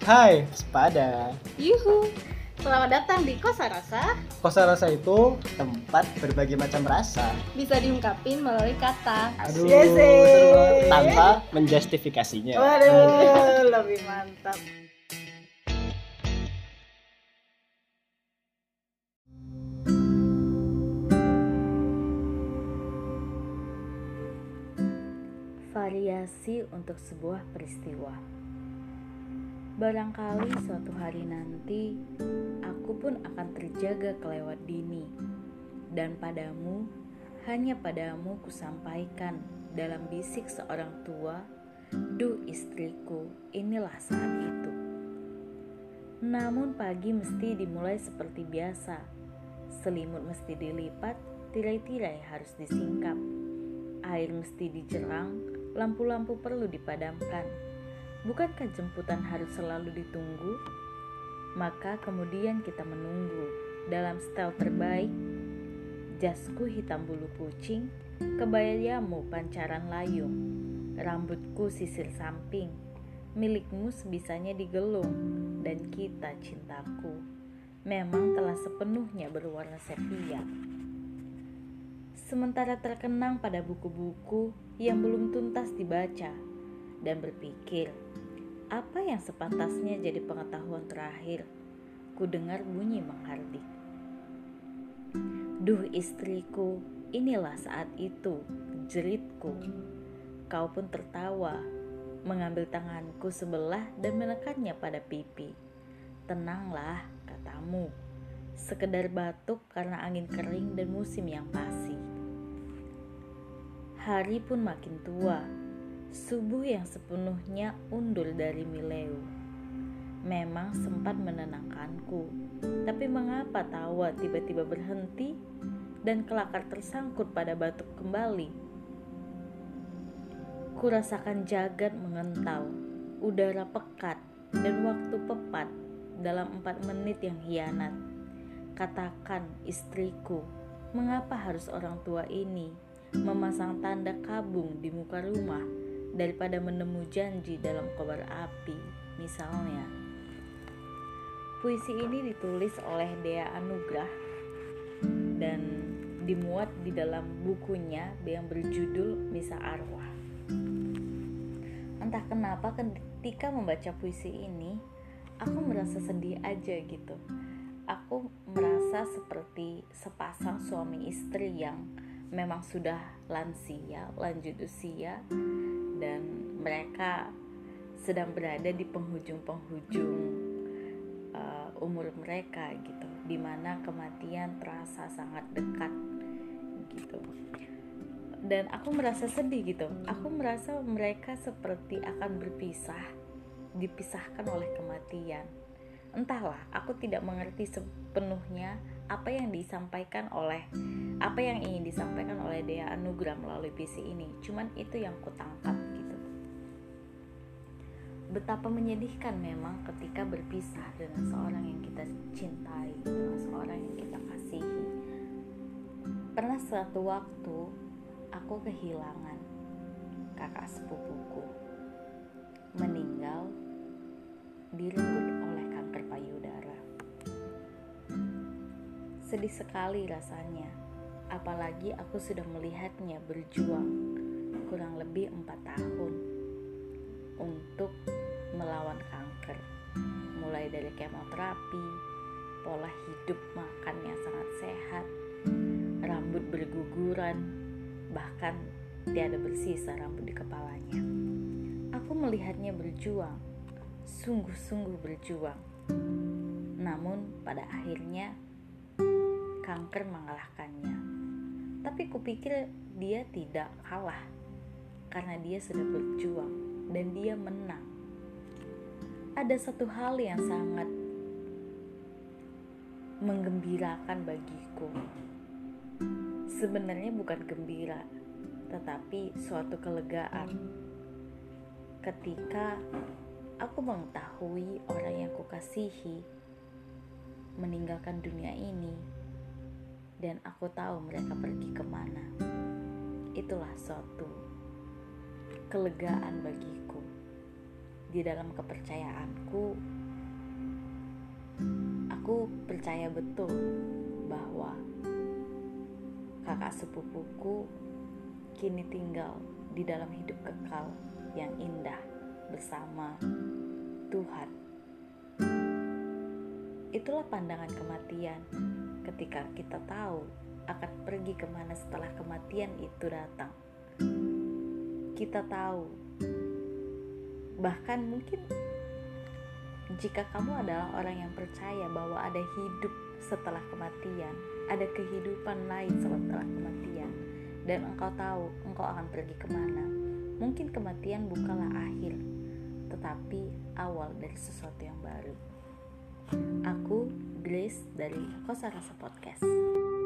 Hai, sepada. Yuhu, selamat datang di Kosa Rasa. Kosa rasa itu tempat berbagai macam rasa. Bisa diungkapin melalui kata. Aduh, Yes, seru banget. Tanpa menjustifikasinya. Waduh, lebih mantap. Variasi untuk sebuah peristiwa. Barangkali suatu hari nanti aku pun akan terjaga kelewat dini, dan padamu, hanya padamu kusampaikan dalam bisik seorang tua, "Duh istriku, inilah saat itu." Namun pagi mesti dimulai seperti biasa. Selimut mesti dilipat, tirai-tirai harus disingkap. Air mesti dijerang, lampu-lampu perlu dipadamkan. Bukankah jemputan harus selalu ditunggu? Maka kemudian kita menunggu dalam style terbaik. Jasku hitam bulu kucing, kebayamu pancaran layung, rambutku sisir samping, milikmu sebisanya digelung, dan kita cintaku memang telah sepenuhnya berwarna sepia. Sementara terkenang pada buku-buku yang belum tuntas dibaca, dan berpikir, apa yang sepantasnya jadi pengetahuan terakhir? Ku dengar bunyi menghardik. "Duh istriku, inilah saat itu," jeritku. Kau pun tertawa, mengambil tanganku sebelah dan menekannya pada pipi. "Tenanglah," katamu, "sekedar batuk karena angin kering dan musim yang pasti." Hari pun makin tua, subuh yang sepenuhnya undur dari Mileu. Memang sempat menenangkanku, tapi mengapa tawa tiba-tiba berhenti dan kelakar tersangkut pada batuk kembali? Kurasakan jagat mengentau, udara pekat, dan waktu pepat dalam 4 menit yang hianat. Katakan istriku, mengapa harus orang tua ini memasang tanda kabung di muka rumah daripada menemu janji dalam kobar api, misalnya. Puisi ini ditulis oleh Dea Anugrah dan dimuat di dalam bukunya yang berjudul Misa Arwah. Entah kenapa ketika membaca puisi ini, aku merasa sedih aja gitu. Aku merasa seperti sepasang suami istri yang memang sudah lansia, lanjut usia, dan mereka sedang berada di penghujung-penghujung umur mereka gitu, dimana kematian terasa sangat dekat gitu. Dan aku merasa sedih gitu. Aku merasa mereka seperti akan berpisah, dipisahkan oleh kematian. Entahlah, aku tidak mengerti sepenuhnya apa yang ingin disampaikan oleh Dea Anugrah melalui puisi ini. Cuman itu yang kutangkap gitu. Betapa menyedihkan memang ketika berpisah dengan seorang yang kita cintai, dengan seorang yang kita kasihi. Pernah suatu waktu aku kehilangan kakak sepupuku, meninggal direnggut oleh kanker payudara. Sedih sekali rasanya, apalagi aku sudah melihatnya berjuang kurang lebih 4 tahun untuk melawan kanker, mulai dari kemoterapi, pola hidup makan yang sangat sehat, rambut berguguran, bahkan tiada bersisa rambut di kepalanya. Aku melihatnya berjuang, sungguh-sungguh berjuang. Namun pada akhirnya kanker mengalahkannya. Tapi kupikir dia tidak kalah, karena dia sudah berjuang dan dia menang. Ada satu hal yang sangat menggembirakan bagiku. Sebenarnya bukan gembira, tetapi suatu kelegaan. Ketika aku mengetahui orang yang kukasihi meninggalkan dunia ini, dan aku tahu mereka pergi kemana, itulah suatu kelegaan bagiku. Di dalam kepercayaanku, Aku percaya betul bahwa kakak sepupuku kini tinggal di dalam hidup kekal yang indah bersama Tuhan. Itulah pandangan kematian ketika kita tahu akan pergi kemana setelah kematian itu datang. Kita tahu, bahkan mungkin jika kamu adalah orang yang percaya bahwa ada hidup setelah kematian, ada kehidupan lain setelah kematian, dan engkau tahu engkau akan pergi kemana, mungkin kematian bukanlah akhir, tetapi awal dari sesuatu yang baru. Aku Grace dari Kosa Rasa Podcast.